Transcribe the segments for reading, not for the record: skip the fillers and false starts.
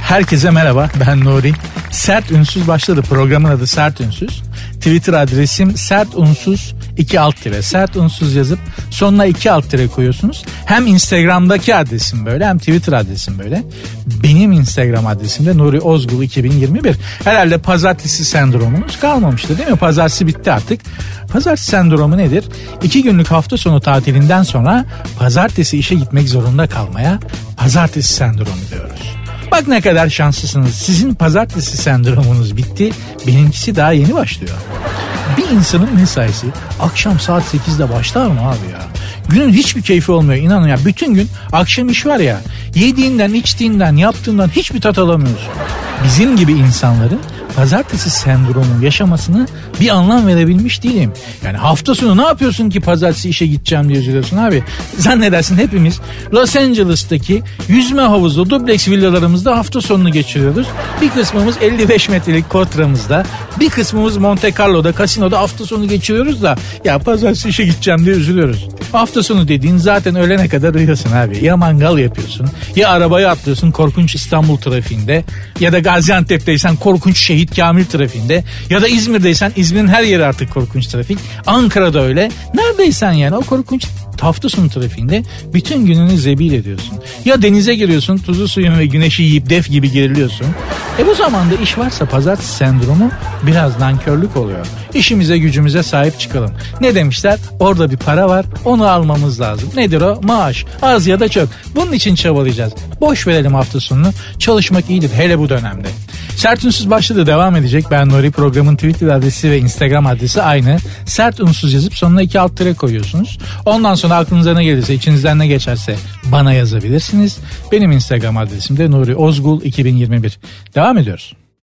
Herkese merhaba, ben Nuri. Sert Ünsüz başladı. Programın adı Sert Ünsüz. Twitter adresim sertunsuz 2alt-. Sert Ünsüz yazıp sonuna 2alt- koyuyorsunuz. Hem Instagram'daki adresim böyle, hem Twitter adresim böyle. Benim Instagram adresim de Nuri Ozgul 2021. Herhalde pazartesi sendromunuz kalmamıştı değil mi? Pazartesi bitti artık. Pazartesi sendromu nedir? 2 günlük hafta sonu tatilinden sonra pazartesi işe gitmek zorunda kalmaya pazartesi sendromu diyoruz. Bak ne kadar şanslısınız. Sizin pazartesi sendromunuz bitti. Benimkisi daha yeni başlıyor. Bir insanın mesaisi akşam saat 8'de başlar mı abi ya? Günün hiçbir keyfi olmuyor, inanın ya. Bütün gün akşam iş var ya. Yediğinden, içtiğinden, yaptığından hiçbir tat alamıyorsun. Bizim gibi insanların pazartesi sendromu yaşamasını bir anlam verebilmiş değilim. Yani hafta sonu ne yapıyorsun ki pazartesi işe gideceğim diye üzülüyorsun abi. Zannedersin hepimiz Los Angeles'taki yüzme havuzlu dubleks villalarımızda hafta sonunu geçiriyoruz. Bir kısmımız 55 metrelik Kotra'mızda, bir kısmımız Monte Carlo'da, kasinoda hafta sonu geçiriyoruz da ya pazartesi işe gideceğim diye üzülüyoruz. Hafta sonu dediğin zaten öğlene kadar uyuyorsun abi. Ya mangal yapıyorsun, ya arabaya atlıyorsun korkunç İstanbul trafiğinde, ya da Gaziantep'teysen korkunç Şehit Kamil trafiğinde, ya da İzmir'deysen İzmir'in her yeri artık korkunç trafik. Ankara'da öyle. Neredeysen yani o korkunç hafta sonu trafiğinde bütün gününü zebil ediyorsun. Ya denize giriyorsun, tuzlu suyun ve güneşi yiyip def gibi geriliyorsun. Bu zamanda iş varsa pazartesi sendromu biraz nankörlük oluyor. İşimize gücümüze sahip çıkalım. Ne demişler? Orada bir para var, onu almamız lazım. Nedir o? Maaş. Az ya da çok. Bunun için çabalayacağız. Boş verelim hafta sonunu. Çalışmak iyidir hele bu dönemde. Sert Ünsüz başladı, devam edecek. Ben Nuri, programın Twitter adresi ve Instagram adresi aynı. Sert Ünsüz yazıp sonuna 2alt- koyuyorsunuz. Ondan sonra aklınıza ne gelirse, içinizden ne geçerse bana yazabilirsiniz. Benim Instagram adresim de Nuri Ozgul 2021. Devam ediyoruz.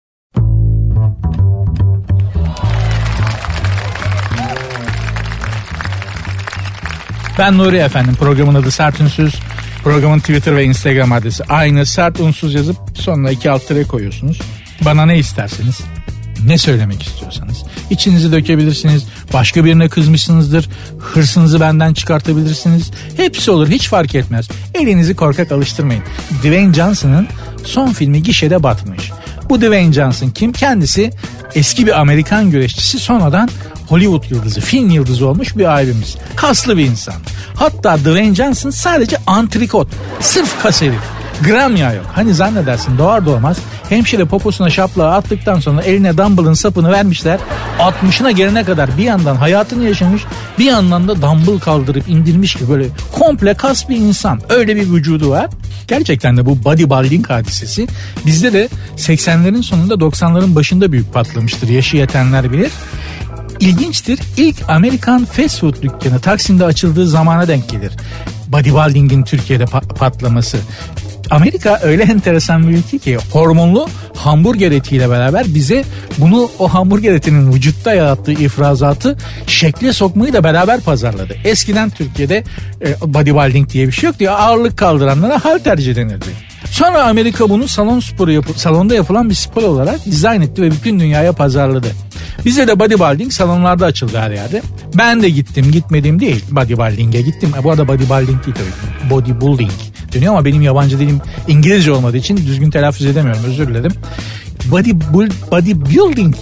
Ben Nuri efendim. Programın adı Sert Ünsüz. Programın Twitter ve Instagram adresi aynı. Sert Ünsüz yazıp sonuna 2alt- koyuyorsunuz. Bana ne isterseniz, ne söylemek istiyorsanız içinizi dökebilirsiniz. Başka birine kızmışsınızdır. Hırsınızı benden çıkartabilirsiniz. Hepsi olur, hiç fark etmez. Elinizi korkak alıştırmayın. Dwayne Johnson'ın son filmi gişede batmış. Bu Dwayne Johnson kim? Kendisi eski bir Amerikan güreşçisi, sonradan Hollywood yıldızı, film yıldızı olmuş bir abimiz. Kaslı bir insan. Hatta Dwayne Johnson sadece antrikot, sırf kas herif. Gram yağ yok. Hani zannedersin doğar doğmaz hemşire poposuna şaplağı attıktan sonra eline dumbbell'ın sapını vermişler. 60'ına gelene kadar bir yandan hayatını yaşamış, bir yandan da dumbbell kaldırıp indirmiş gibi böyle komple kas bir insan. Öyle bir vücudu var. Gerçekten de bu bodybuilding hadisesi bizde de 80'lerin sonunda 90'ların başında büyük patlamıştır. Yaşı yetenler bilir. İlginçtir. İlk Amerikan fast food dükkanı Taksim'de açıldığı zamana denk gelir. Bodybuilding'in Türkiye'de patlaması. Amerika öyle enteresan bir ülke ki hormonlu hamburger etiyle beraber bize bunu, o hamburger etinin vücutta yarattığı ifrazatı şekle sokmayı da beraber pazarladı. Eskiden Türkiye'de bodybuilding diye bir şey yoktu. Ağırlık kaldıranlara halterci denirdi. Sonra Amerika bunu salonda yapılan bir spor olarak dizayn etti ve bütün dünyaya pazarladı. Bize de bodybuilding salonlarda açıldı her yerde. Ben de gittim, gitmedim değil. Bodybuilding'e gittim. Bu arada bodybuilding değil tabii. Bodybuilding dönüyor ama benim yabancı dilim İngilizce olmadığı için düzgün telaffuz edemiyorum. Özür dilerim. Bodybuilding.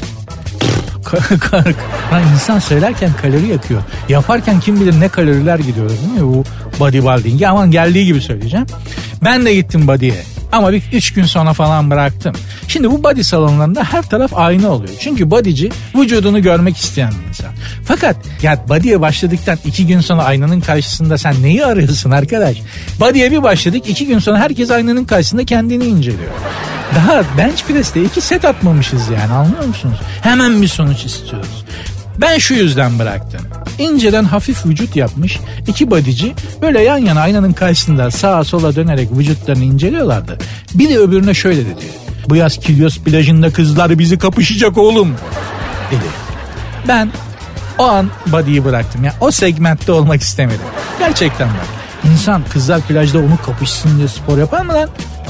İnsan söylerken kalori yakıyor. Yaparken kim bilir ne kaloriler gidiyor değil mi bu bodybuilding'e? Aman geldiği gibi söyleyeceğim. Ben de gittim body'ye. Ama 3 gün sonra falan bıraktım. Şimdi bu body salonlarında her taraf ayna oluyor. Çünkü bodyci vücudunu görmek isteyen bir insan. Fakat ya body'ye başladıktan 2 gün sonra aynanın karşısında sen neyi arıyorsun arkadaş? Body'ye bir başladık, 2 gün sonra herkes aynanın karşısında kendini inceliyor. Daha bench press'te 2 set atmamışız yani, anlıyor musunuz? Hemen bir sonuç istiyoruz. Ben şu yüzden bıraktım. İnceden hafif vücut yapmış 2 bodyci böyle yan yana aynanın karşısında sağa sola dönerek vücutlarını inceliyorlardı. Bir de öbürüne şöyle dedi. Bu yaz Kilyos plajında kızlar bizi kapışacak oğlum dedi. Ben o an body'yi bıraktım. Yani o segmentte olmak istemedim. Gerçekten bak. İnsan kızlar plajda onu kapışsın diye spor yapar mı lan?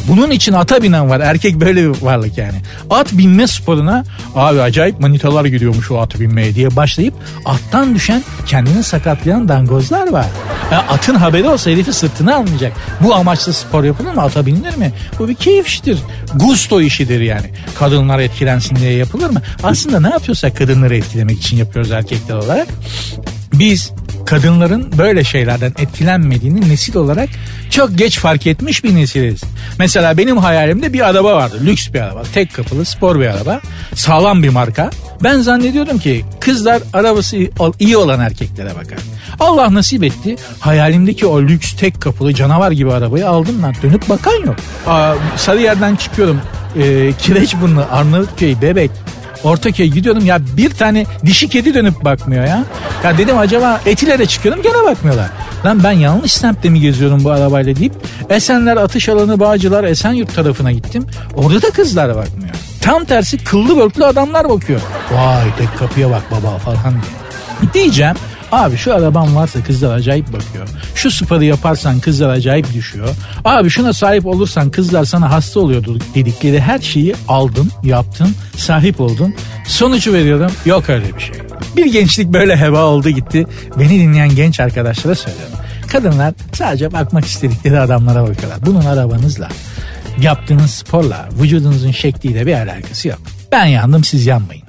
Bunun için ata binen var. Erkek böyle bir varlık yani. At binme sporuna abi acayip manitalar gidiyormuş o atı binmeye diye başlayıp attan düşen, kendini sakatlayan dangozlar var. Atın haberi olsa herifi sırtına almayacak. Bu amaçlı spor yapılır mı? Ata binilir mi? Bu bir keyif işidir. Gusto işidir yani. Kadınlar etkilensin diye yapılır mı? Aslında ne yapıyorsak kadınları etkilemek için yapıyoruz erkekler olarak. Biz kadınların böyle şeylerden etkilenmediğini nesil olarak çok geç fark etmiş bir nesiliz. Mesela benim hayalimde bir araba vardı. Lüks bir araba. Tek kapılı spor bir araba. Sağlam bir marka. Ben zannediyordum ki kızlar arabası iyi olan erkeklere bakar. Allah nasip etti. Hayalimdeki o lüks tek kapılı canavar gibi arabayı aldım lan. Dönüp bakan yok. Sarıyer'den çıkıyorum. Kireçburnu, Arnavutköy, Bebek, Ortaköy'e gidiyorum ya, bir tane dişi kedi dönüp bakmıyor ya. Ya dedim acaba Etiler'e çıkıyorum gene bakmıyorlar. Lan ben yanlış semtte mi geziyorum bu arabayla deyip Esenler, Atışalanı, Bağcılar, Esenyurt tarafına gittim. Orada da kızlar bakmıyor. Tam tersi kıllı börklü adamlar bakıyor. Vay tek kapıya bak baba falan diye. Diyeceğim abi şu araban varsa kızlar acayip bakıyor. Şu sporu yaparsan kızlar acayip düşüyor. Abi şuna sahip olursan kızlar sana hasta oluyordu dedikleri her şeyi aldın, yaptın, sahip oldun. Sonucu veriyorum, yok öyle bir şey. Bir gençlik böyle heba oldu gitti. Beni dinleyen genç arkadaşlara söylüyorum. Kadınlar sadece bakmak istedikleri adamlara bakıyorlar. Bunun arabanızla, yaptığınız sporla, vücudunuzun şekliyle bir alakası yok. Ben yandım, siz yanmayın.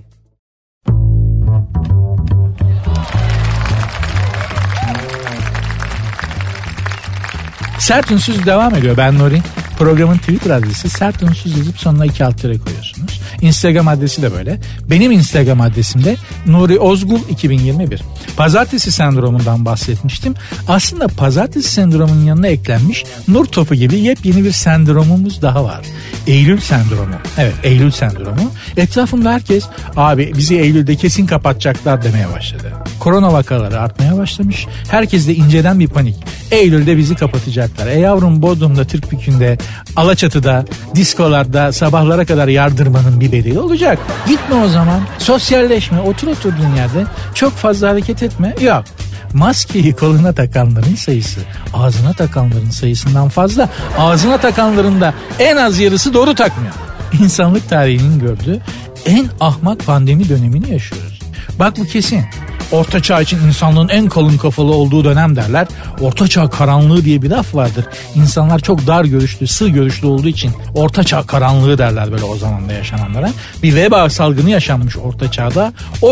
Sert Unsuz devam ediyor. Ben Nuri. Programın Twitter adresi Sert Unsuz yazıp sonuna 2 alt tere koyuyorsunuz. Instagram adresi de böyle. Benim Instagram adresim de Nuri Ozgul 2021. Pazartesi sendromundan bahsetmiştim. Aslında pazartesi sendromunun yanına eklenmiş nur topu gibi yepyeni bir sendromumuz daha var. Eylül sendromu. Evet, Eylül sendromu. Etrafımda herkes abi bizi Eylül'de kesin kapatacaklar demeye başladı. Korona vakaları artmaya başlamış. Herkes de inceden bir panik. Eylül'de bizi kapatacaklar. Yavrum Bodrum'da, Türkbükü'nde, Alaçatı'da, diskolarda sabahlara kadar yardırmanın bir bedeli olacak. Gitme o zaman. Sosyalleşme. Otur oturduğun yerde. Çok fazla hareket etme. Yok. Maskeyi koluna takanların sayısı ağzına takanların sayısından fazla. Ağzına takanların da en az yarısı doğru takmıyor. İnsanlık tarihinin gördüğü en ahmak pandemi dönemini yaşıyoruz. Bak bu kesin. Orta Çağ için insanlığın en kalın kafalı olduğu dönem derler. Orta Çağ karanlığı diye bir laf vardır. İnsanlar çok dar görüşlü, sığ görüşlü olduğu için Orta Çağ karanlığı derler böyle o zamanda yaşananlara. Bir veba salgını yaşanmış Orta Çağ'da.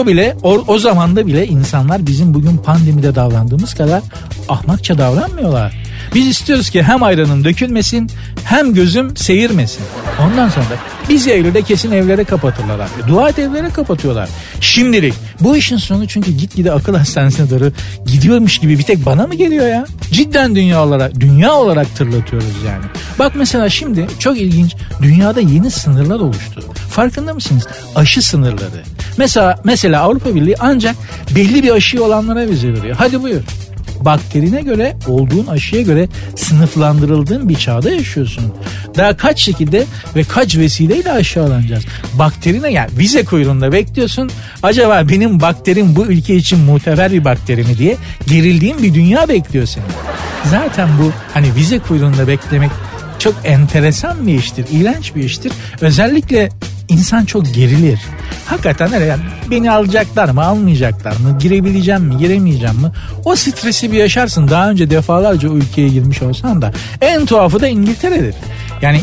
O zamanda bile insanlar bizim bugün pandemide davrandığımız kadar ahmakça davranmıyorlar. Biz istiyoruz ki hem ayranım dökülmesin hem gözüm seyirmesin. Ondan sonra da bizi Eylül'de kesin evlere kapatırlar abi. Dua et evlere kapatıyorlar. Şimdilik bu işin sonu çünkü gitgide akıl hastanesine doğru gidiyormuş gibi bir tek bana mı geliyor ya? Cidden dünya olarak tırlatıyoruz yani. Bak mesela şimdi çok ilginç, dünyada yeni sınırlar oluştu. Farkında mısınız? Aşı sınırları. Mesela Avrupa Birliği ancak belli bir aşıyı olanlara vize veriyor. Hadi buyur. Bakterine göre, olduğun aşıya göre sınıflandırıldığın bir çağda yaşıyorsun. Daha kaç şekilde ve kaç vesileyle aşı alınacağız? Bakterine yani vize kuyruğunda bekliyorsun. Acaba benim bakterim bu ülke için muteber bir bakteri mi diye gerildiğin bir dünya bekliyor seni. Zaten bu hani vize kuyruğunda beklemek çok enteresan bir iştir, iğrenç bir iştir. Özellikle insan çok gerilir. Hakikaten öyle yani, beni alacaklar mı, almayacaklar mı, girebileceğim mi, giremeyeceğim mi? O stresi bir yaşarsın. Daha önce defalarca o ülkeye girmiş olsan da. En tuhafı da İngiltere'dir. Yani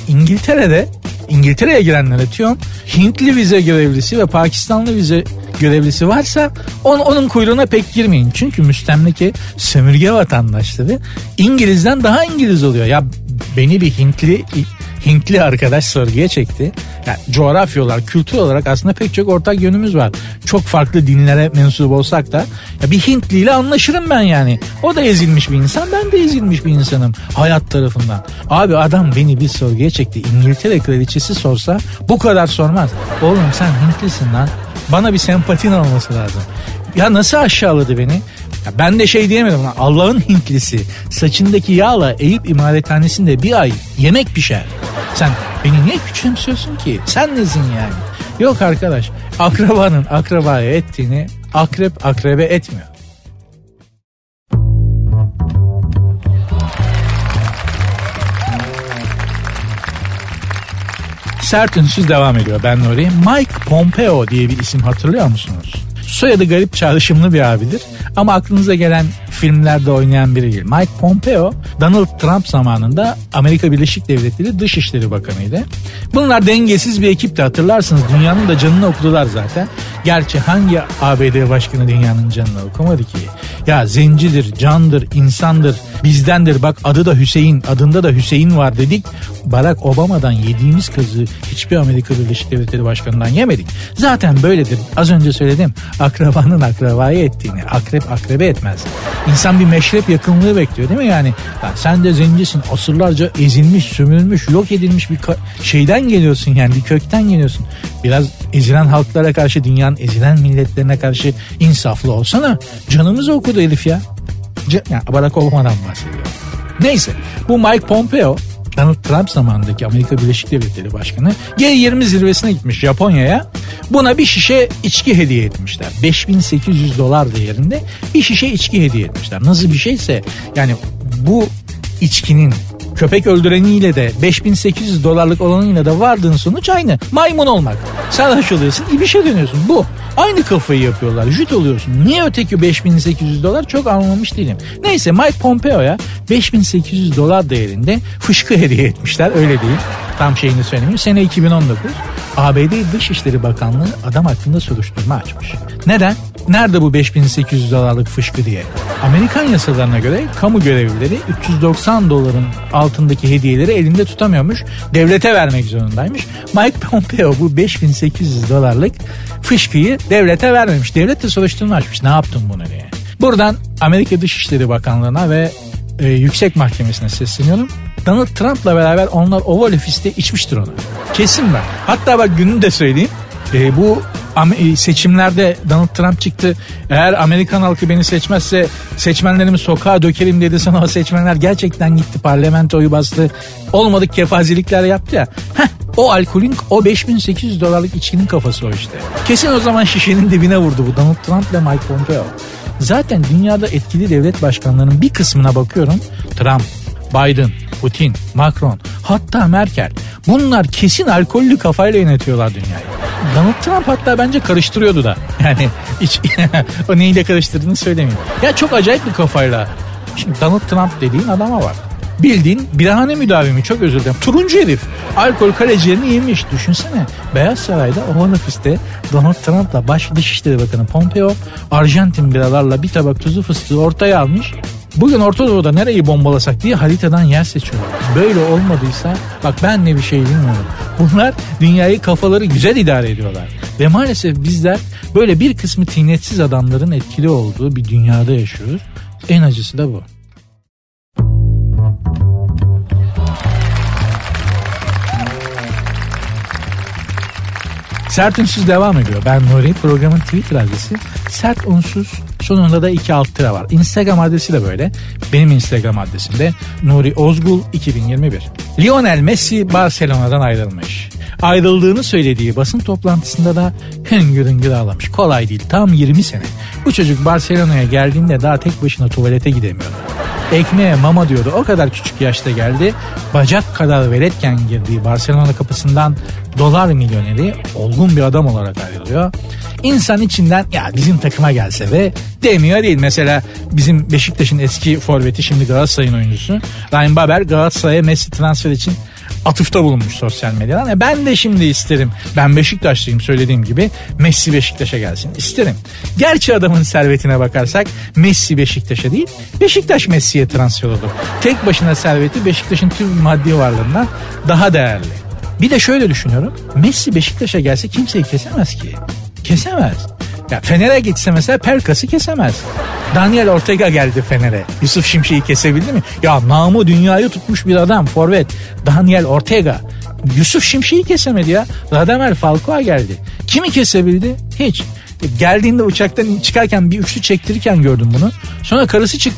İngiltere'ye girenler atıyorum. Hintli vize görevlisi ve Pakistanlı vize görevlisi varsa onun kuyruğuna pek girmeyin. Çünkü müstemleke sömürge vatandaşları İngiliz'den daha İngiliz oluyor. Ya beni bir Hintli arkadaş sorguya çekti. Yani coğrafya olarak, kültür olarak aslında pek çok ortak yönümüz var. Çok farklı dinlere mensup olsak da ya bir Hintli ile anlaşırım ben yani. O da ezilmiş bir insan, ben de ezilmiş bir insanım hayat tarafından. Abi adam beni bir sorguya çekti. İngiltere kraliçesi sorsa bu kadar sormaz. Oğlum sen Hintlisin lan. Bana bir sempatin olması lazım. Ya nasıl aşağıladı beni? Ya ben de şey diyemedim lan, Allah'ın Hintlisi saçındaki yağla Eyüp imarethanesinde bir ay yemek pişer. Sen beni niye küçümsüyorsun ki? Sen nesin yani? Yok arkadaş, akrabanın akrabaya ettiğini akrep akrebe etmiyor. Sert Ünsüz devam ediyor. Ben Nuri. Mike Pompeo diye bir isim hatırlıyor musunuz? Soyadı garip, çağrışımlı bir abidir. Ama aklınıza gelen filmlerde oynayan biri değil. Mike Pompeo, Donald Trump zamanında Amerika Birleşik Devletleri Dışişleri Bakanıydı. Bunlar dengesiz bir ekipti, hatırlarsınız. Dünyanın da canını okudular zaten. Gerçi hangi ABD başkanı dünyanın canını okumadı ki? Ya zencidir, candır, insandır, bizdendir. Bak adı da Hüseyin, adında da Hüseyin var dedik. Barack Obama'dan yediğimiz kazığı hiçbir Amerika Birleşik Devletleri Başkanı'ndan yemedik. Zaten böyledir. Az önce söyledim. Akrabanın akrabayı ettiğini, akrep akrebe etmez. İnsan bir meşrep yakınlığı bekliyor değil mi yani? Ya sen de zencisin, asırlarca ezilmiş, sömürülmüş, yok edilmiş bir şeyden geliyorsun yani, bir kökten geliyorsun. Biraz ezilen halklara karşı, dünyanın ezilen milletlerine karşı insaflı olsana. Canımızı okudu herif ya. Yani Barack Obama'dan bahsediyor. Neyse, bu Mike Pompeo, Donald Trump zamanındaki Amerika Birleşik Devletleri Başkanı, G20 zirvesine gitmiş Japonya'ya. Buna bir şişe içki hediye etmişler. $5.800 değerinde bir şişe içki hediye etmişler. Nasıl bir şeyse yani, bu içkinin köpek öldüreniyle de $5.800 olanıyla da vardığın sonuç aynı. Maymun olmak. Sarhoş oluyorsun, ibişe dönüyorsun. Bu. Aynı kafayı yapıyorlar. Jüt oluyorsun. Niye öteki $5.800 çok anlamış değilim. Neyse, Mike Pompeo'ya $5.800 değerinde fışkı hediye etmişler. Öyle değil. Tam şeyini söylemeyeyim. Sene 2019. ABD Dışişleri Bakanlığı adam hakkında soruşturma açmış. Neden? Nerede bu $5.800'lık fışkı diye? Amerikan yasalarına göre kamu görevlileri $390 altındaki hediyeleri elinde tutamıyormuş. Devlete vermek zorundaymış. Mike Pompeo bu $5.800'lık fışkıyı devlete vermemiş. Devlet de soruşturma açmış. Ne yaptın bunu diye. Buradan Amerika Dışişleri Bakanlığı'na ve Yüksek Mahkemesi'ne sesleniyorum. Donald Trump'la beraber onlar Oval Ofis'te içmiştir onu. Kesin ben. Hatta bak gününü de söyleyeyim. Bu seçimlerde Donald Trump çıktı. Eğer Amerikan halkı beni seçmezse seçmenlerimi sokağa dökerim dedi. Sonra o seçmenler gerçekten gitti, parlamentoyu bastı. Olmadık kepazelikler yaptı ya. O alkolün, o $5.800'lık içkinin kafası o işte. Kesin o zaman şişenin dibine vurdu bu Donald Trump ile Mike Pompeo. Zaten dünyada etkili devlet başkanlarının bir kısmına bakıyorum. Trump, Biden, Putin, Macron, hatta Merkel. Bunlar kesin alkollü kafayla yönetiyorlar dünyayı. Donald Trump hatta bence karıştırıyordu da. Yani o neyle karıştırdığını söylemeyeyim. Ya çok acayip bir kafayla. Şimdi Donald Trump dediğin adama var. Bildiğin birahane müdavimi, çok özür dilerim. Turuncu herif. Alkol karaciğerini yemiş. Düşünsene. Beyaz Saray'da Oval Ofis'te Donald Trump'la baş Dışişleri Bakanı Pompeo Arjantin biralarla bir tabak tuzu fıstığı ortaya almış. Bugün Orta Doğu'da nereyi bombalasak diye haritadan yer seçiyorlar. Böyle olmadıysa bak ben ne bir şey bilmiyorum. Bunlar dünyayı kafaları güzel idare ediyorlar. Ve maalesef bizler böyle bir kısmı tiynetsiz adamların etkili olduğu bir dünyada yaşıyoruz. En acısı da bu. Sert Ünsüz devam ediyor. Ben Nuri. Programın Twitter adresi Sert Ünsüz. Sonunda da 2 alt tire var. Instagram adresi de böyle. Benim Instagram adresim de Nuri Ozgul 2021. Lionel Messi Barcelona'dan ayrılmış. Ayrıldığını söylediği basın toplantısında da hüngür hüngür ağlamış. Kolay değil, tam 20 sene. Bu çocuk Barcelona'ya geldiğinde daha tek başına tuvalete gidemiyordu. Ekmeğe mama diyordu. O kadar küçük yaşta geldi. Bacak kadar veletken girdiği Barcelona kapısından dolar milyoneri, olgun bir adam olarak ayrılıyor. İnsan içinden ya bizim takıma gelse be demiyor değil. Mesela bizim Beşiktaş'ın eski forveti, şimdi Galatasaray'ın oyuncusu Ryan Babel Galatasaray'a Messi transfer için atıfta bulunmuş sosyal medyadan. Ben de şimdi isterim. Ben Beşiktaşlıyım, söylediğim gibi Messi Beşiktaş'a gelsin. İsterim. Gerçi adamın servetine bakarsak Messi Beşiktaş'a değil, Beşiktaş Messi'ye transfer oldu. Tek başına serveti Beşiktaş'ın tüm maddi varlığından daha değerli. Bir de şöyle düşünüyorum. Messi Beşiktaş'a gelse kimseyi kesemez ki. Kesemez. Ya Fener'e gitse mesela Pelkas'ı kesemez. Daniel Ortega geldi Fener'e. Yusuf Şimşek'i kesebildi mi? Ya namı dünyayı tutmuş bir adam, forvet. Daniel Ortega. Yusuf Şimşek'i kesemedi ya. Radamel Falcao geldi. Kimi kesebildi? Hiç. Geldiğinde uçaktan çıkarken bir üçlü çektirirken gördüm bunu. Sonra karısı çıktı.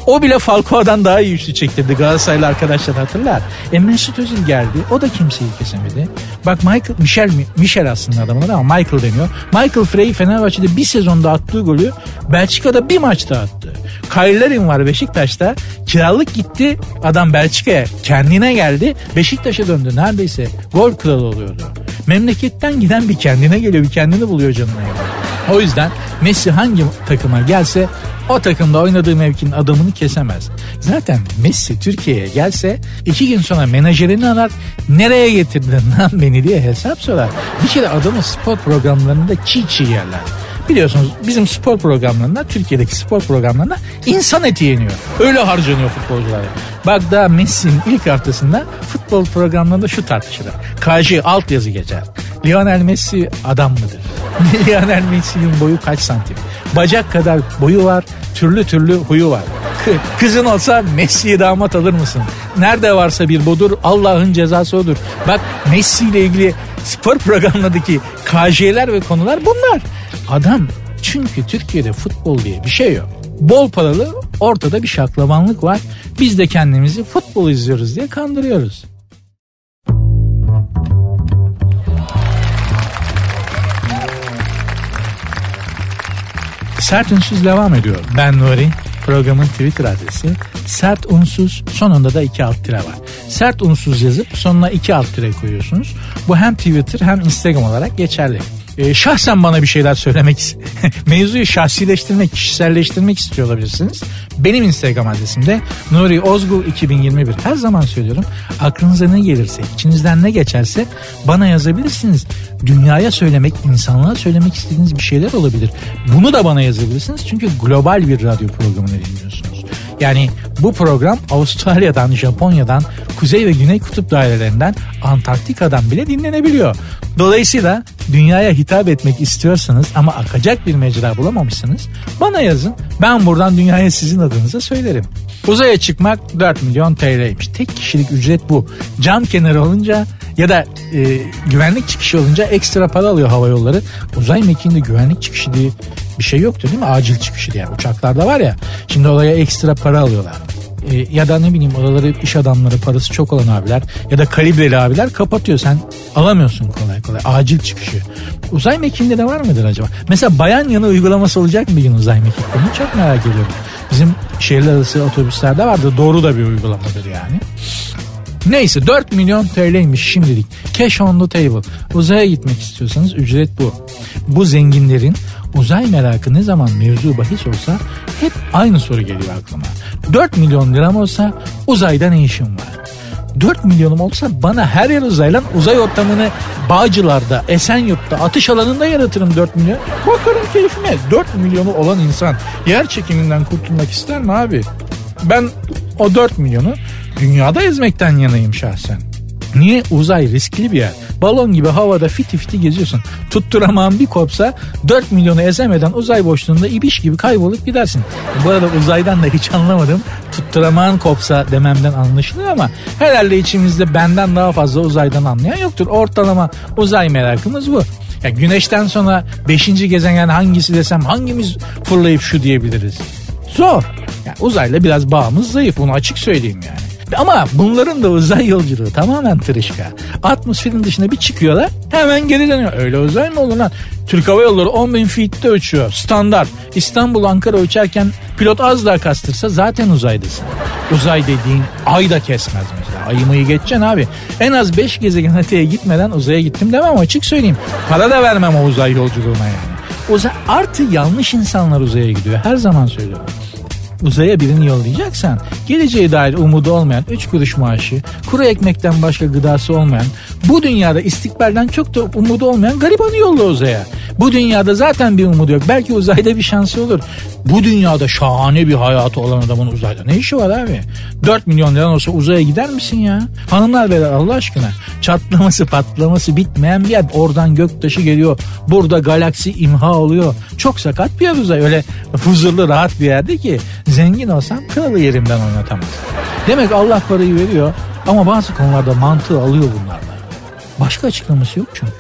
O bile Falcao'dan daha iyi üçlü çektirdi. Galatasaraylı arkadaşlar hatırlar. Mesut Özil geldi. O da kimseyi kesemedi. Bak Michel aslında adamın ama Michael deniyor. Michael Frey Fenerbahçe'de bir sezonda attığı golü Belçika'da bir maçta attı. Kyle Larin var Beşiktaş'ta. Kiralık gitti. Adam Belçika'ya kendine geldi. Beşiktaş'a döndü. Neredeyse gol kralı oluyordu. Memleketten giden bir kendine geliyor. Bir kendini buluyor canına. O yüzden Messi hangi takıma gelse o takımda oynadığı mevkinin adamını kesemez. Zaten Messi Türkiye'ye gelse 2 gün sonra menajerini arar. Nereye getirdin lan beni diye hesap sorar. Bir kere adamı spor programlarında çiğ yerler. Biliyorsunuz bizim spor programlarında, Türkiye'deki spor programlarında insan eti yeniyor. Öyle harcanıyor futbolcular. Bak daha Messi'nin ilk haftasında futbol programlarında şu tartışılır. KJ altyazı geçer. Lionel Messi adam mıdır? Lionel Messi'nin boyu kaç santim? Bacak kadar boyu var, türlü huyu var. Kızın olsa Messi'ye damat alır mısın? Nerede varsa bir bodur, Allah'ın cezası odur. Bak Messi ile ilgili spor programlarındaki KJ'ler ve konular bunlar. Adam çünkü Türkiye'de futbol diye bir şey yok. Bol paralı, ortada bir şaklabanlık var. Biz de kendimizi futbol izliyoruz diye kandırıyoruz. Sert Unsuz devam ediyor. Ben Nuri. Programın Twitter adresi Sert Unsuz, sonunda da 2 alt tire var. Sert Unsuz yazıp sonuna 2 alt tire koyuyorsunuz. Bu hem Twitter hem Instagram olarak geçerli. Şahsen bana bir şeyler söylemek, mevzuyu şahsileştirmek, kişiselleştirmek istiyor olabilirsiniz. Benim Instagram adresimde Nuri Ozgul 2021. Her zaman söylüyorum, aklınıza ne gelirse, içinizden ne geçerse bana yazabilirsiniz. Dünyaya söylemek, insanlığa söylemek istediğiniz bir şeyler olabilir. Bunu da bana yazabilirsiniz çünkü global bir radyo programını dinliyorsunuz. Yani bu program Avustralya'dan, Japonya'dan, Kuzey ve Güney Kutup dairelerinden, Antarktika'dan bile dinlenebiliyor. Dolayısıyla dünyaya hitap etmek istiyorsanız ama akacak bir mecra bulamamışsınız, bana yazın. Ben buradan dünyaya sizin adınıza söylerim. Uzaya çıkmak 4 milyon TL'ymiş. Tek kişilik ücret bu. Cam kenarı olunca ya da güvenlik çıkışı olunca ekstra para alıyor havayolları. Uzay mekiğinde güvenlik çıkışı diye bir şey yoktu değil mi? Acil çıkışı diye. Uçaklarda var ya. Şimdi oraya ekstra para alıyorlar. Ya da ne bileyim oraları iş adamları, parası çok olan abiler ya da kalibreli abiler kapatıyor. Sen alamıyorsun kolay kolay. Acil çıkışı. Uzay mekiğinde de var mıdır acaba? Mesela bayan yanı uygulaması olacak mı bir gün uzay mekiğinde? Bunu çok merak ediyorum. Bizim şehirler arası otobüslerde vardı. Doğru da bir uygulamadır yani. Neyse 4 milyon TL'ymiş şimdilik. Cash on the table. Uzaya gitmek istiyorsanız ücret bu. Bu zenginlerin uzay merakı ne zaman mevzu bahis olsa hep aynı soru geliyor aklıma. 4 milyon liram olsa uzayda ne işim var? 4 milyonum olsa bana her yer uzaylan, uzay ortamını Bağcılar'da, Esenyurt'ta, atış alanında yaratırım 4 milyon. Bakarım keyfime. 4 milyonu olan insan yer çekiminden kurtulmak ister mi abi? Ben o 4 milyonu dünyada ezmekten yanayım şahsen. Niye? Uzay riskli bir yer. Balon gibi havada fiti fiti geziyorsun. Tutturamağın bir kopsa 4 milyonu ezemeden uzay boşluğunda ibiş gibi kaybolup gidersin. Bu arada uzaydan da hiç anlamadım. Tutturamağın kopsa dememden anlaşılıyor ama herhalde içimizde benden daha fazla uzaydan anlayan yoktur. Ortalama uzay merakımız bu. Ya güneşten sonra 5. gezegen hangisi desem hangimiz fırlayıp şu diyebiliriz? Zor. Yani uzayla biraz bağımız zayıf, bunu açık söyleyeyim yani. Ama bunların da uzay yolculuğu tamamen tırışka. Atmosferin dışına bir çıkıyorlar, hemen geri dönüyor. Öyle uzay mı olur lan? Türk Hava Yolları 10.000 feet'te uçuyor. Standart. İstanbul, Ankara uçarken pilot az daha kastırsa zaten uzaydasın. Uzay dediğin ay da kesmez mesela. Ayı mıyı geçeceksin abi. En az 5 gezegen öteye gitmeden uzaya gittim demem, açık söyleyeyim. Para da vermem o uzay yolculuğuna yani. Artı yanlış insanlar uzaya gidiyor. Her zaman söylüyorum. Uzaya birini yollayacaksan geleceğe dair umudu olmayan, 3 kuruş maaşı, kuru ekmekten başka gıdası olmayan, bu dünyada istikbalden çok da umudu olmayan garibanı yolla uzaya. Bu dünyada zaten bir umudu yok. Belki uzayda bir şansı olur. Bu dünyada şahane bir hayatı olan adamın uzayda ne işi var abi? 4 milyon liran olsa uzaya gider misin ya? Hanımlar beyler Allah aşkına. Çatlaması patlaması bitmeyen bir yer. Oradan göktaşı geliyor. Burada galaksi imha oluyor. Çok sakat bir yer uzay. Öyle huzurlu rahat bir yerde ki zengin olsam kralı yerimden oynatamaz. Demek Allah parayı veriyor ama bazı konularda mantığı alıyor bunlarla. Başka açıklaması yok çünkü.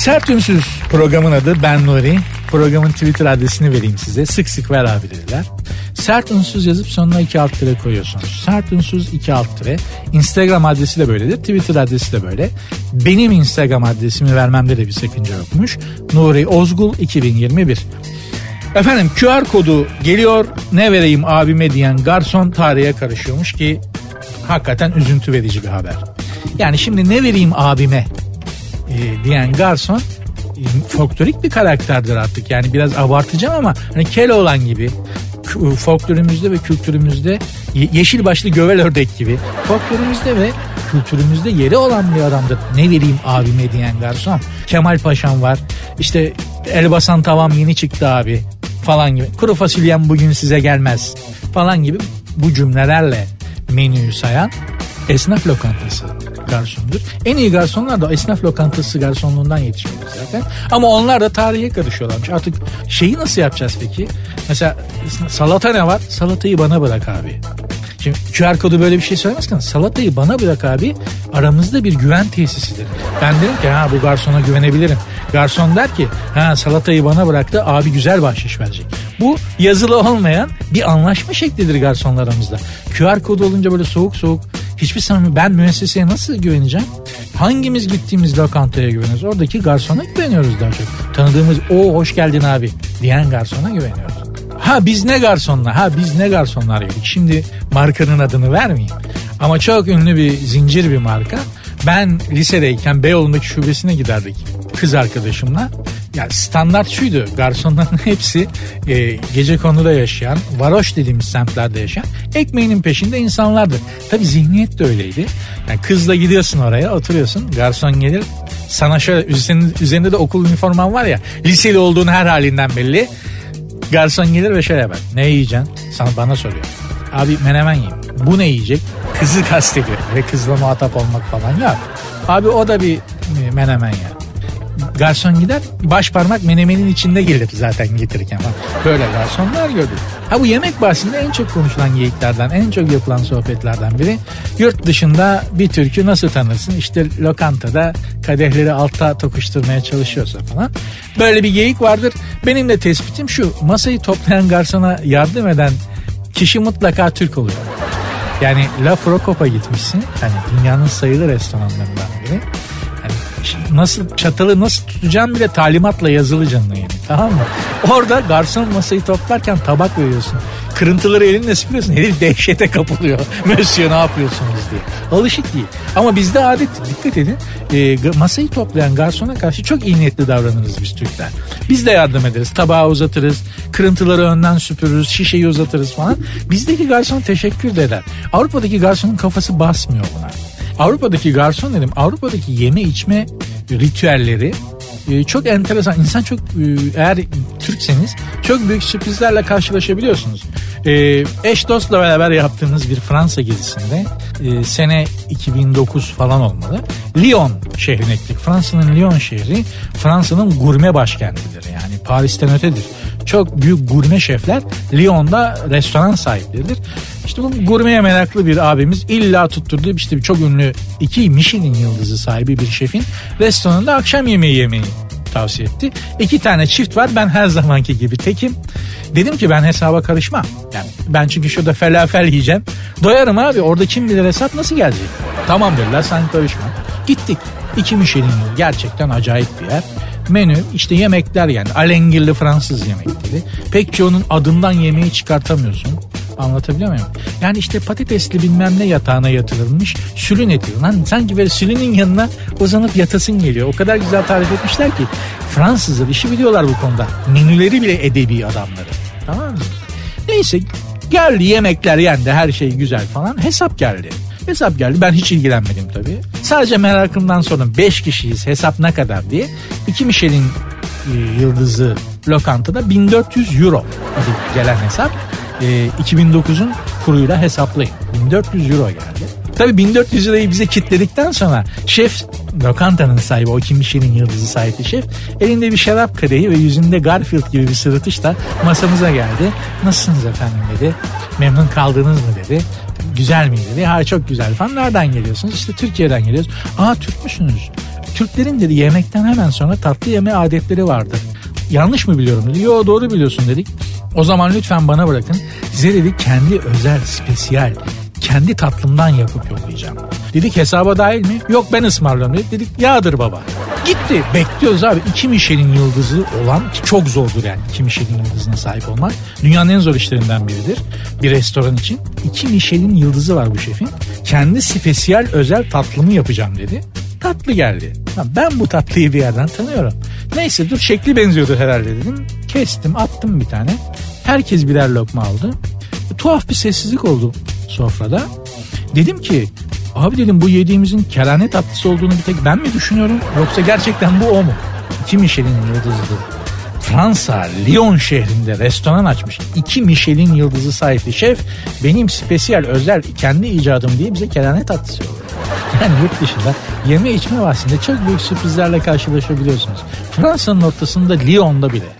Sert Ünsüz programın adı, ben Nuri. Programın Twitter adresini vereyim size. Sık sık ver abi dediler. Sert Ünsüz yazıp sonuna 2 alt tire koyuyorsunuz. Sert Ünsüz 2 alt tire. Instagram adresi de böyledir. Twitter adresi de böyle. Benim Instagram adresimi vermemde de bir sakınca yokmuş. Nuri Ozgul 2021. Efendim QR kodu geliyor, ne vereyim abime diyen garson tarihe karışıyormuş ki hakikaten üzüntü verici bir haber. Yani şimdi ne vereyim abime diyen garson folklorik bir karakterdir artık. Yani biraz abartacağım ama hani Keloğlan gibi folklorumuzda ve kültürümüzde yeşil başlı gövel ördek gibi folklorumuzda ve kültürümüzde yeri olan bir adamdır. Ne vereyim abime diyen garson. Kemal Paşam var. İşte Elbasan tavam yeni çıktı abi falan gibi. Kuru fasulyem bugün size gelmez falan gibi bu cümlelerle menüyü sayan esnaf lokantası garsondur. En iyi garsonlar da esnaf lokantası garsonluğundan yetişiyor zaten. Ama onlar da tarihe karışıyorlarmış. Artık şeyi nasıl yapacağız peki? Mesela salata ne var? Salatayı bana bırak abi. Şimdi QR kodu böyle bir şey söylemezken salatayı bana bırak abi, aramızda bir güven tesisidir. Ben derim ki bu garsona güvenebilirim. Garson der ki salatayı bana bıraktı, abi güzel bahşiş verecek. Bu yazılı olmayan bir anlaşma şeklidir garsonlar aramızda. QR kodu olunca böyle soğuk soğuk hiçbir samimi, ben müesseseye nasıl güveneceğim? Hangimiz gittiğimiz lokantaya güveniyoruz? Oradaki garsona güveniyoruz daha çok. Tanıdığımız hoş geldin abi diyen garsona güveniyoruz. Biz ne garsonlar yedik. Şimdi markanın adını vermeyeyim. Ama çok ünlü bir zincir bir marka. Ben lisedeyken Beyoğlu'ndaki şubesine giderdik kız arkadaşımla. Yani standart şuydu. Garsonların hepsi gecekonduda yaşayan, varoş dediğimiz semtlerde yaşayan, ekmeğinin peşinde insanlardı. Tabii zihniyet de öyleydi. Yani kızla gidiyorsun oraya, oturuyorsun. Garson gelir. Sana şöyle üzerinde de okul üniforman var ya, liseli olduğun her halinden belli. Garson gelir ve şöyle bak, ne yiyeceksin? Bana soruyor. Abi menemen yiyeyim. Bu ne yiyecek? Kızı kastediyor. Ve kızla muhatap olmak falan yok. Abi o da bir menemen yer. Garson gider, baş parmak menemenin içinde gelir zaten getirirken falan. Böyle garsonlar gördük. Bu yemek bahsinde en çok konuşulan geyiklerden, en çok yapılan sohbetlerden biri. Yurt dışında bir türkü nasıl tanırsın? İşte lokantada kadehleri alta tokuşturmaya çalışıyorsa falan. Böyle bir geyik vardır. Benim de tespitim şu: masayı toplayan garsona yardım eden kişi mutlaka Türk oluyor. Yani La Procop'a gitmişsin. Hani dünyanın sayılı restoranlarından biri. Nasıl çatalı nasıl tutacağım bile talimatla yazılı canına yani, tamam mı? Orada garson masayı toplarken tabak veriyorsun. Kırıntıları elinle süpürüyorsun. Herif dehşete kapılıyor. Monsieur ne yapıyorsunuz diye. Alışık değil. Ama bizde adet, dikkat edin. Masayı toplayan garsona karşı çok iyi niyetli davranırız biz Türkler. Biz de yardım ederiz. Tabağı uzatırız. Kırıntıları önden süpürürüz. Şişeyi uzatırız falan. Bizdeki garson teşekkür de eder. Avrupa'daki garsonun kafası basmıyor buna. Avrupa'daki garson dedim, Avrupa'daki yeme içme ritüelleri çok enteresan. İnsan çok, eğer Türkseniz çok büyük sürprizlerle karşılaşabiliyorsunuz. Eş dostla beraber yaptığınız bir Fransa gezisinde sene 2009 falan olmalı. Lyon şehrine gittik. Fransa'nın Lyon şehri Fransa'nın gurme başkentidir. Yani Paris'ten ötedir. Çok büyük gurme şefler Lyon'da restoran sahipleridir. İşte bu gurmeye meraklı bir abimiz illa tutturduğu işte çok ünlü 2 Michelin yıldızı sahibi bir şefin restoranında akşam yemeği yemeyi tavsiye etti. 2 tane çift var, ben her zamanki gibi tekim. Dedim ki ben hesaba karışmam. Yani ben çünkü şurada felafel yiyeceğim. Doyarım abi, orada kim bilir hesap nasıl gelecek. Tamam dediler, sen karışma. Gittik. 2 Michelin yıldızı, gerçekten acayip bir yer. Menü işte yemekler, yani alengirli Fransız yemekleri. Pek çoğunun adından yemeği çıkartamıyorsun. Anlatabiliyor muyum? Yani işte patatesli bilmem ne yatağına yatırılmış sülün eti. Lan sanki böyle sülünün yanına uzanıp yatasın geliyor. O kadar güzel tarif etmişler ki. Fransızlar işi biliyorlar bu konuda. Menüleri bile edebi adamları. Tamam mı? Neyse, geldi yemekler yendi, her şey güzel falan. Hesap geldi. Ben hiç ilgilenmedim tabii. Sadece merakımdan sonra 5 kişiyiz, hesap ne kadar diye. 2 Michelin yıldızı lokantada 1400 euro gelen hesap. 2009'un kuruyla hesaplayın. 1400 euro geldi. Tabii 1400 lirayı bize kitledikten sonra şef, lokantanın sahibi, o 2 Michelin yıldızı sahibi şef, elinde bir şarap kadehi ve yüzünde Garfield gibi bir sırıtışla masamıza geldi. Nasılsınız efendim dedi. Memnun kaldınız mı dedi. Güzel mi dedi. Çok güzel falan. Nereden geliyorsunuz? İşte Türkiye'den geliyoruz. Türk müsünüz? Türklerin dedi yemekten hemen sonra tatlı yeme adetleri vardır. Yanlış mı biliyorum dedi. Yo doğru biliyorsun dedik. O zaman lütfen bana bırakın. Size dedi kendi özel, spesiyel, kendi tatlımdan yapıp yollayacağım. Dedik hesaba dahil mi? Yok ben ısmarlıyorum dedik. Yağdır baba. Gitti. Bekliyoruz abi. 2 Michelin yıldızı olan, çok zordur yani 2 Michelin yıldızına sahip olmak. Dünyanın en zor işlerinden biridir. Bir restoran için. 2 Michelin yıldızı var bu şefin. Kendi spesiyel özel tatlımı yapacağım dedi. Tatlı geldi. Ben bu tatlıyı bir yerden tanıyorum. Neyse dur şekli benziyordur herhalde dedim. Kestim, attım bir tane. Herkes birer lokma aldı. Tuhaf bir sessizlik oldu sofrada. Dedim ki abi dedim bu yediğimizin kerane tatlısı olduğunu bir tek ben mi düşünüyorum? Yoksa gerçekten bu o mu? 2 Michelin yıldızlı. Fransa, Lyon şehrinde restoran açmış. 2 Michelin yıldızı sahibi şef benim spesiyel özel kendi icadım diye bize kerane tatlısı yolladı. Yani yurt dışında yeme içme bahsinde çok büyük sürprizlerle karşılaşabiliyorsunuz. Fransa'nın ortasında Lyon'da bile.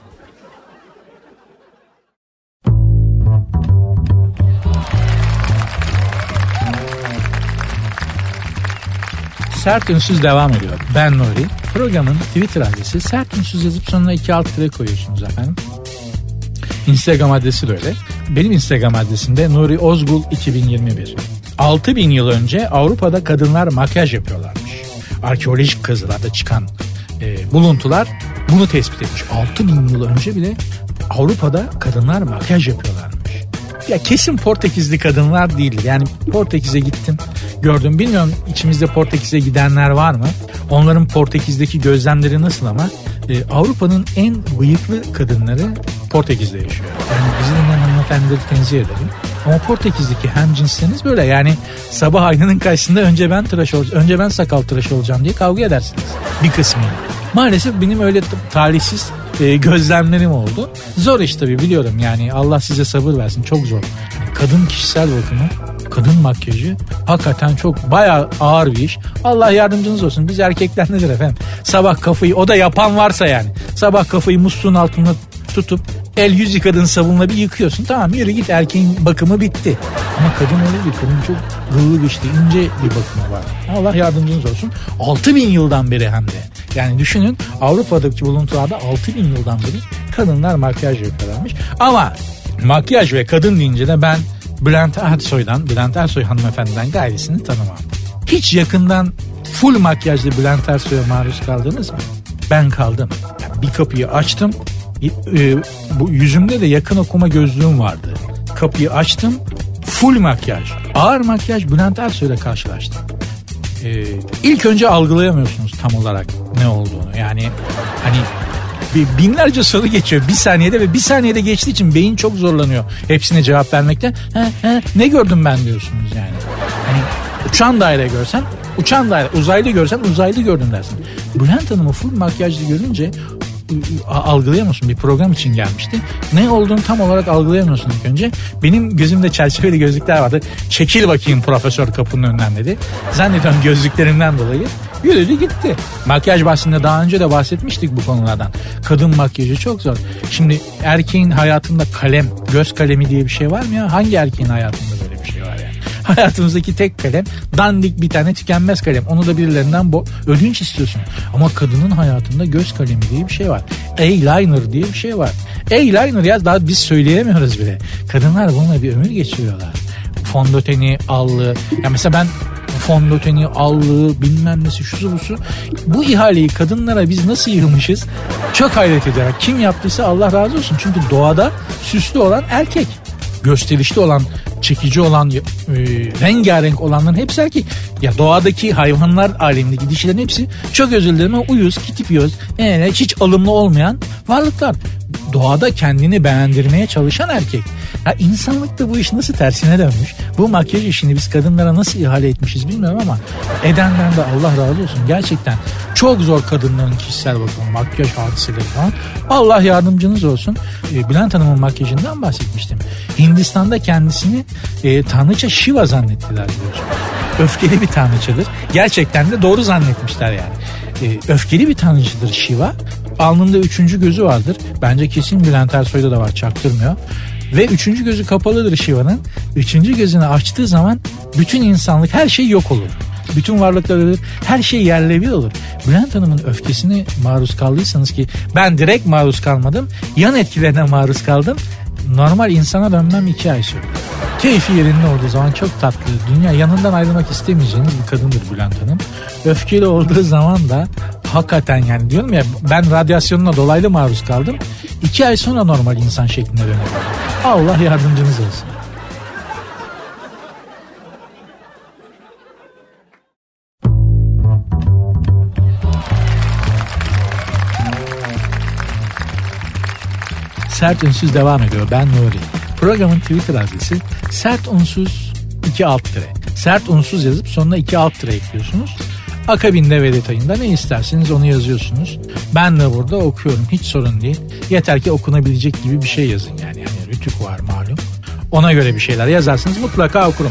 Sert Ünsüz devam ediyor. Ben Nuri. Programın Twitter adresi Sert Ünsüz yazıp sonuna 2 alt tire koyuyorsunuz efendim. Instagram adresi de öyle. Benim Instagram adresimde Nuri Ozgul 2021. 6000 yıl önce Avrupa'da kadınlar makyaj yapıyorlarmış. Arkeolojik kazılarda çıkan buluntular bunu tespit etmiş. 6000 yıl önce bile Avrupa'da kadınlar makyaj yapıyorlarmış. Ya kesin Portekizli kadınlar değildir. Yani Portekiz'e gittim, gördüm. Bilmiyorum içimizde Portekiz'e gidenler var mı? Onların Portekiz'deki gözlemleri nasıl ama Avrupa'nın en bıyıklı kadınları Portekiz'de yaşıyor. Yani bizimle hanımefendileri tenzih ederim. Ama Portekiz'deki hemcinsleriniz böyle yani sabah aynanın karşısında önce ben tıraş olacağım, önce ben sakal tıraş olacağım diye kavga edersiniz bir kısmıyla. Maalesef benim öyle talihsiz gözlemlerim oldu. Zor iş tabii biliyorum yani Allah size sabır versin çok zor. Kadın kişisel bakımı, kadın makyajı hakikaten çok bayağı ağır bir iş. Allah yardımcınız olsun. Biz erkekler nedir efendim? Sabah kafayı o da yapan varsa yani. Sabah kafayı musluğun altında tutup el yüz yıkadığın sabunla bir yıkıyorsun. Tamam yürü git erkeğin bakımı bitti. Ama kadın öyle bir kadın çok gıllı işte ince bir bakımı var. Allah yardımcınız olsun. 6000 yıldan beri hem de. Yani düşünün Avrupa'daki buluntularda 6000 yıldan beri kadınlar makyaj yapıyorlarmış. Ama makyaj ve kadın deyince de ben Bülent Ersoy hanımefendiden gayrisini tanımam. Hiç yakından full makyajlı Bülent Ersoy'a maruz kaldınız mı? Ben kaldım. Yani bir kapıyı açtım. Bu yüzümde de yakın okuma gözlüğüm vardı. Kapıyı açtım. Full makyaj. Ağır makyaj Bülent Ersoy'la karşılaştım. İlk önce algılayamıyorsunuz tam olarak ne olduğunu. Yani hani binlerce soru geçiyor bir saniyede ve bir saniyede geçtiği için beyin çok zorlanıyor hepsine cevap vermekte. Ne gördüm ben diyorsunuz yani. Hani uçan daire görsen uçan daire, uzaylı görsen uzaylı gördüm dersin. Bülent Hanım'ı full makyajlı görünce algılayamıyorsun. Bir program için gelmişti. Ne olduğunu tam olarak algılayamıyorsun ilk önce. Benim gözümde çerçeveli gözlükler vardı. Çekil bakayım profesör kapının önünden dedi. Zannediyorum gözlüklerimden dolayı yürüdü gitti. Makyaj bahsinde daha önce de bahsetmiştik bu konulardan. Kadın makyajı çok zor. Şimdi erkeğin hayatında kalem, göz kalemi diye bir şey var mı ya? Hangi erkeğin hayatında böyle bir şey var yani? Hayatımızdaki tek kalem dandik bir tane tükenmez kalem. Onu da birilerinden ödünç istiyorsun. Ama kadının hayatında göz kalemi diye bir şey var. Eyeliner diye bir şey var. Eyeliner ya daha biz söyleyemiyoruz bile. Kadınlar bununla bir ömür geçiriyorlar. Fondöteni, allığı. Ya mesela ben fondöteni, allığı, bilmem nesi, şusu busu. Bu ihaleyi kadınlara biz nasıl yığmışız? Çok hayret eder. Kim yaptıysa Allah razı olsun. Çünkü doğada süslü olan erkek. Gösterişli olan, çekici olan, rengarenk olanların hepsi erkek. Ya doğadaki hayvanlar alemindeki dişilerin hepsi çok özür dilerim ama uyuz, kitipiyoz, hiç alımlı olmayan varlıklar. Doğada kendini beğendirmeye çalışan erkek. Ya insanlıkta bu iş nasıl tersine dönmüş? Bu makyaj işini biz kadınlara nasıl ihale etmişiz bilmiyorum ama edenden de Allah razı olsun. Gerçekten çok zor kadınların kişisel bakımı, makyaj hadiseleri falan. Allah yardımcınız olsun. Bülent Hanım'ın makyajından bahsetmiştim. Hindistan'da kendisini tanrıça Shiva zannettiler diyorsun. Öfkeli bir tanrıçadır. Gerçekten de doğru zannetmişler yani. Öfkeli bir tanrıçadır Shiva. Alnında 3. gözü vardır. Bence kesin Bülent Ersoy'da da var, çaktırmıyor. Ve 3. gözü kapalıdır Shiva'nın. 3. gözünü açtığı zaman bütün insanlık, her şey yok olur. Bütün varlıklar ölür. Her şey yerle bir olur. Bülent Hanım'ın öfkesine maruz kaldıysanız, ki ben direkt maruz kalmadım, yan etkilerine maruz kaldım. Normal insana dönmem 2 ay sürdü. Keyfi yerinde olduğu zaman çok tatlı, dünya yanından ayrılmak istemeyeceğiniz bir kadındır Bülent Hanım. Öfkeli olduğu zaman da hakikaten, yani diyorum ya, ben radyasyonuna dolaylı maruz kaldım. 2 ay sonra normal insan şekline dönerim. Allah yardımcınız olsun. Sert Ünsüz devam ediyor. Ben Nuri. Programın Twitter adresi Sert Unsuz 2 alt tire. Sert Unsuz yazıp sonuna 2 alt tire ekliyorsunuz. Akabinde ve detayında ne isterseniz onu yazıyorsunuz. Ben de burada okuyorum. Hiç sorun değil. Yeter ki okunabilecek gibi bir şey yazın yani. Yani rütük var malum. Ona göre bir şeyler yazarsınız, mutlaka okurum.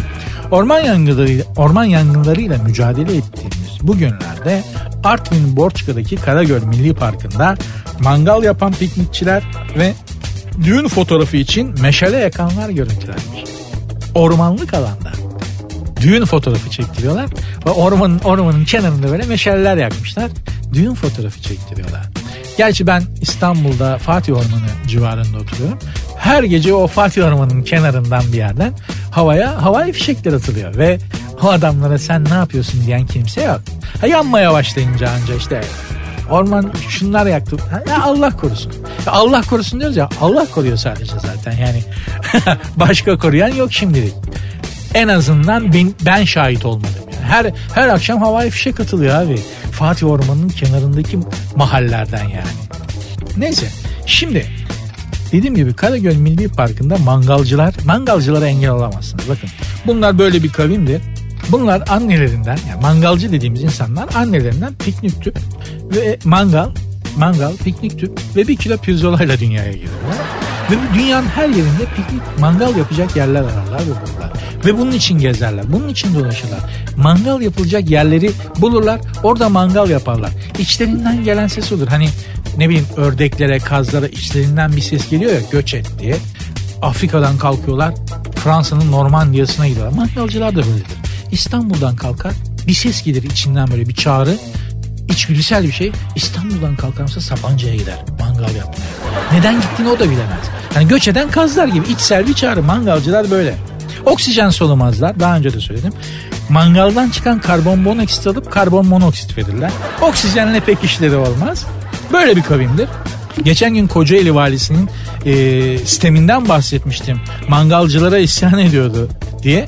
Orman yangınlarıyla mücadele ettiğimiz bu günlerde Artvin Borçka'daki Karagöl Milli Parkı'nda mangal yapan piknikçiler ve düğün fotoğrafı için meşale yakanlar görüntülenmiş. Ormanlık alanda düğün fotoğrafı çektiriyorlar ve ormanın kenarında böyle meşaleler yakmışlar. Düğün fotoğrafı çektiriyorlar. Gerçi ben İstanbul'da Fatih Ormanı civarında oturuyorum. Her gece o Fatih Ormanı'nın kenarından bir yerden havai fişekler atılıyor ve o adamlara sen ne yapıyorsun diyen kimse yok. Yanmaya başlayınca anca işte orman şunlar yaktı. Ya Allah korusun. Ya Allah korusun diyoruz ya, Allah koruyor sadece zaten yani. Başka koruyan yok şimdilik. En azından ben şahit olmadım. Yani. Her akşam havai fişek atılıyor abi. Fatih Ormanı'nın kenarındaki mahallerden yani. Neyse, şimdi dediğim gibi Karagöl Milli Parkı'nda mangalcılara engel olamazsınız. Bakın, bunlar böyle bir kavimdir. Bunlar annelerinden, yani mangalcı dediğimiz insanlar annelerinden piknik tüp ve mangal, piknik tüp ve 1 kilo pirzolayla dünyaya geliyorlar. Ve dünyanın her yerinde piknik, mangal yapacak yerler ararlar ve bulurlar. Ve bunun için gezerler, bunun için dolaşırlar. Mangal yapılacak yerleri bulurlar, orada mangal yaparlar. İçlerinden gelen ses olur. Hani ne bileyim, ördeklere, kazlara içlerinden bir ses geliyor ya, göç et diye. Afrika'dan kalkıyorlar, Fransa'nın Normandiya'sına gidiyorlar. Mangalcılar da böyledir. İstanbul'dan kalkar, bir ses gelir içinden, böyle bir çağrı, içgüdüsel bir şey. İstanbul'dan kalkarsa Sapanca'ya gider mangal yapmaya. Neden gittiğini o da bilemez. Yani göç eden kazlar gibi içsel bir çağrı. Mangalcılar böyle. Oksijen solumazlar, daha önce de söyledim. Mangaldan çıkan karbon monoksit alıp karbon monoksit verirler. Oksijenle pek işleri olmaz. Böyle bir kavimdir. Geçen gün Kocaeli valisinin sisteminden bahsetmiştim. Mangalcılara isyan ediyordu diye.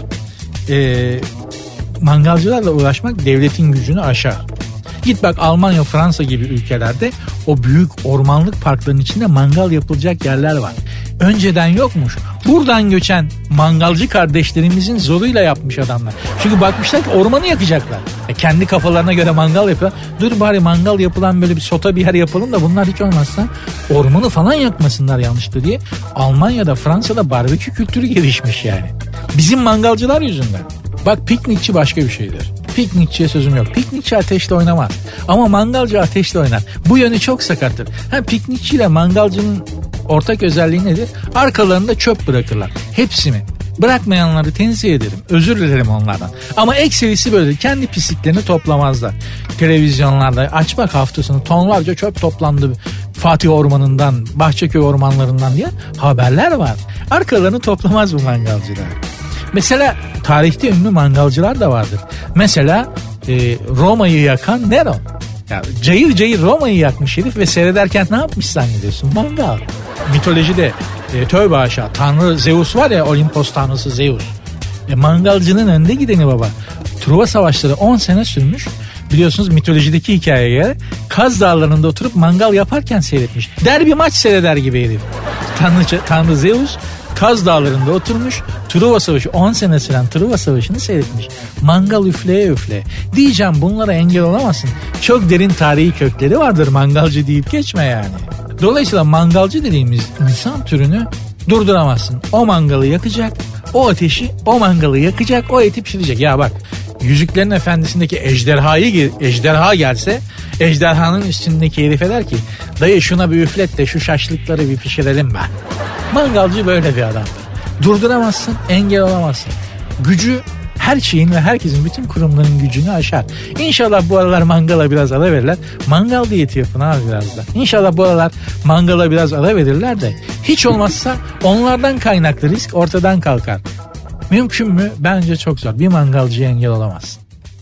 Mangalcılarla uğraşmak devletin gücünü aşar. Git bak, Almanya, Fransa gibi ülkelerde o büyük ormanlık parkların içinde mangal yapılacak yerler var. Önceden yokmuş. Buradan göçen mangalcı kardeşlerimizin zoruyla yapmış adamlar. Çünkü bakmışlar ki ormanı yakacaklar. Kendi kafalarına göre mangal yapıyorlar. Dur bari mangal yapılan böyle bir sota bir yer yapalım da bunlar hiç olmazsa ormanı falan yakmasınlar yanlışlıkla diye. Almanya'da, Fransa'da barbekü kültürü gelişmiş yani. Bizim mangalcılar yüzünden. Bak, piknikçi başka bir şeydir. Piknikçiye sözüm yok. Piknikçi ateşle oynamaz. Ama mangalcı ateşle oynar. Bu yönü çok sakattır. Piknikçiyle mangalcının ortak özelliği nedir? Arkalarında çöp bırakırlar. Hepsi mi? Bırakmayanları tenzih ederim. Özür dilerim onlardan. Ama ekserisi böyledir. Kendi pisliklerini toplamazlar. Televizyonlarda aç bak, hafta sonu tonlarca çöp toplandı Fatih Ormanı'ndan, Bahçeköy ormanlarından diye haberler var. Arkalarını toplamaz bu mangalcılar. Mesela tarihte ünlü mangalcılar da vardır. Mesela Roma'yı yakan Nero. Yani cayır cayır Roma'yı yakmış herif ve seyrederken ne yapmış zannediyorsun? Mangal. Mitolojide tövbe aşağı tanrı Zeus var ya, Olimpos tanrısı Zeus. Mangalcının önde gideni baba. Truva savaşları 10 sene sürmüş. Biliyorsunuz mitolojideki hikayeye göre Kaz Dağları'nda oturup mangal yaparken seyretmiş. Derbi maç seyreder gibi herif. Tanrı Zeus Kaz Dağları'nda oturmuş, Truva Savaşı, 10 sene süren Truva Savaşı'nı seyretmiş. Mangal üfleye üfleye. Diyeceğim, bunlara engel olamazsın. Çok derin tarihi kökleri vardır, mangalcı deyip geçme yani. Dolayısıyla mangalcı dediğimiz insan türünü durduramazsın. O mangalı yakacak, o ateşi, o mangalı yakacak, o eti pişirecek. Ya bak, Yüzüklerin Efendisi'ndeki ejderha gelse, ejderhanın üstündeki herife der ki, dayı şuna bir üflet de şu şaşlıkları bir pişirelim be. Mangalcı böyle bir adamdır. Durduramazsın, engel olamazsın. Gücü her şeyin ve herkesin, bütün kurumların gücünü aşar. İnşallah bu aralar mangala biraz ara verirler. Mangal diyeti yapın abi biraz da. İnşallah bu aralar mangala biraz ara verirler de hiç olmazsa onlardan kaynaklı risk ortadan kalkar. Mümkün mü? Bence çok zor. Bir mangalcıya engel olamazsın.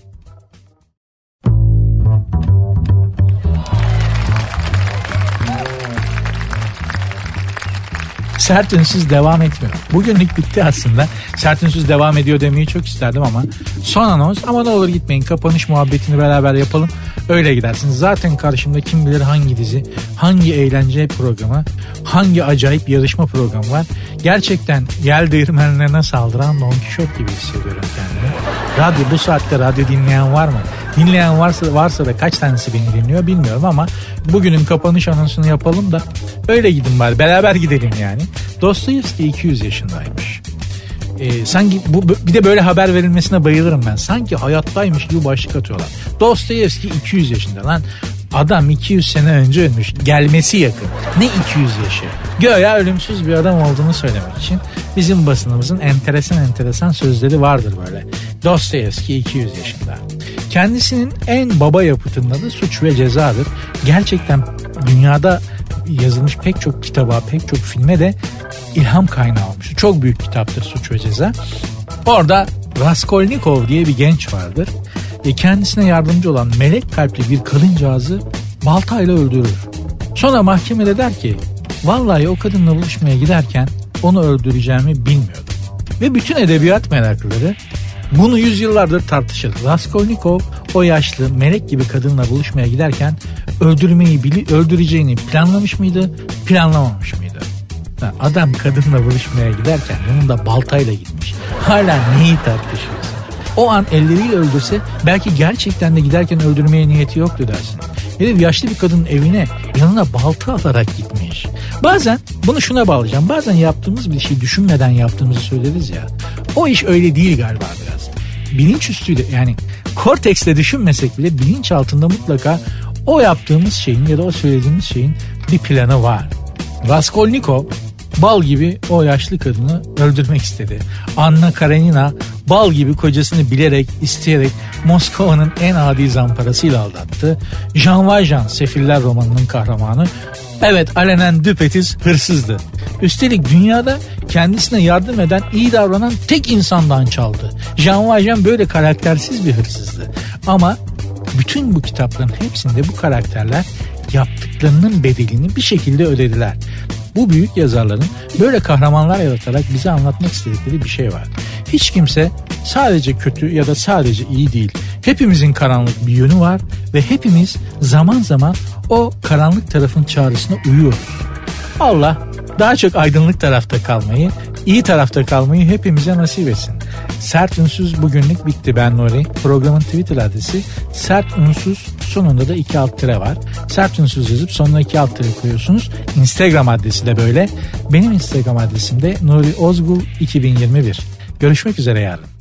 Sert Ünsüz devam etmiyor. Bugünlük bitti aslında. Sert Ünsüz devam ediyor demeyi çok isterdim ama son anons. Ama ne olur gitmeyin, kapanış muhabbetini beraber yapalım. Öyle gidersiniz. Zaten karşımda kim bilir hangi dizi, hangi eğlence programı, hangi acayip yarışma programı var. Gerçekten yel değirmenlerine saldıran Don Kişot gibi hissediyorum kendimi. Radyo, bu saatte radyo dinleyen var mı? Dinleyen varsa da kaç tanesi beni dinliyor bilmiyorum ama bugünün kapanış anonsunu yapalım da öyle gidin bari, beraber gidelim yani. Dostoyevski 200 yaşındaymış. Sanki bir de böyle haber verilmesine bayılırım ben. Sanki hayattaymış gibi başlık atıyorlar. Dostoyevski 200 yaşında lan. Adam 200 sene önce ölmüş. Gelmesi yakın. Ne 200 yaşı? Göya ölümsüz bir adam olduğunu söylemek için bizim basınımızın enteresan sözleri vardır böyle. Dostoyevski 200 yaşında. Kendisinin en baba yapıtının adı Suç ve Ceza'dır. Gerçekten dünyada yazılmış pek çok kitaba, pek çok filme de ilham kaynağı olmuş. Çok büyük kitaptır Suç ve Ceza. Orada Raskolnikov diye bir genç vardır. Kendisine yardımcı olan melek kalpli bir kadıncağızı baltayla öldürür. Sonra mahkemede der ki, vallahi o kadınla buluşmaya giderken onu öldüreceğimi bilmiyordum. Ve bütün edebiyat meraklıları bunu yüzyıllardır tartışır. Raskolnikov o yaşlı melek gibi kadınla buluşmaya giderken öldüreceğini planlamış mıydı, planlamamış mıydı? Adam kadınla buluşmaya giderken yanında baltayla gitmiş. Hala neyi tartışıyorsun? O an elleriyle öldürse belki gerçekten de giderken öldürmeye niyeti yoktu dersin. Herif yaşlı bir kadının evine yanına balta alarak gitmiş. Bazen bunu şuna bağlayacağım. Bazen yaptığımız bir şey düşünmeden yaptığımızı söyleriz ya. O iş öyle değil galiba biraz. Bilinçüstüyle, yani korteksle düşünmesek bile bilinç altında mutlaka o yaptığımız şeyin ya da o söylediğimiz şeyin bir planı var. Raskolnikov bal gibi o yaşlı kadını öldürmek istedi. Anna Karenina bal gibi kocasını bilerek, isteyerek Moskova'nın en adi zamparasıyla aldattı. Jean Valjean, Sefiller romanının kahramanı, evet alenen düpedüz hırsızdı. Üstelik dünyada kendisine yardım eden, iyi davranan tek insandan çaldı. Jean Valjean böyle karaktersiz bir hırsızdı. Ama bütün bu kitapların hepsinde bu karakterler yaptıklarının bedelini bir şekilde ödediler. Bu büyük yazarların böyle kahramanlar yaratarak bize anlatmak istedikleri bir şey var. Hiç kimse sadece kötü ya da sadece iyi değil. Hepimizin karanlık bir yönü var ve hepimiz zaman zaman o karanlık tarafın çağrısına uyuyoruz. Allah daha çok aydınlık tarafta kalmayı, iyi tarafta kalmayı hepimize nasip etsin. Sert Ünsüz bugünlük bitti. Ben Nuri. Programın Twitter adresi Sert Ünsüz, sonunda da 2 alt tire var. Sert Ünsüz yazıp sonuna 2 alt tire koyuyorsunuz. Instagram adresi de böyle. Benim Instagram adresim de Nuri Ozgul 2021. Görüşmek üzere yarın.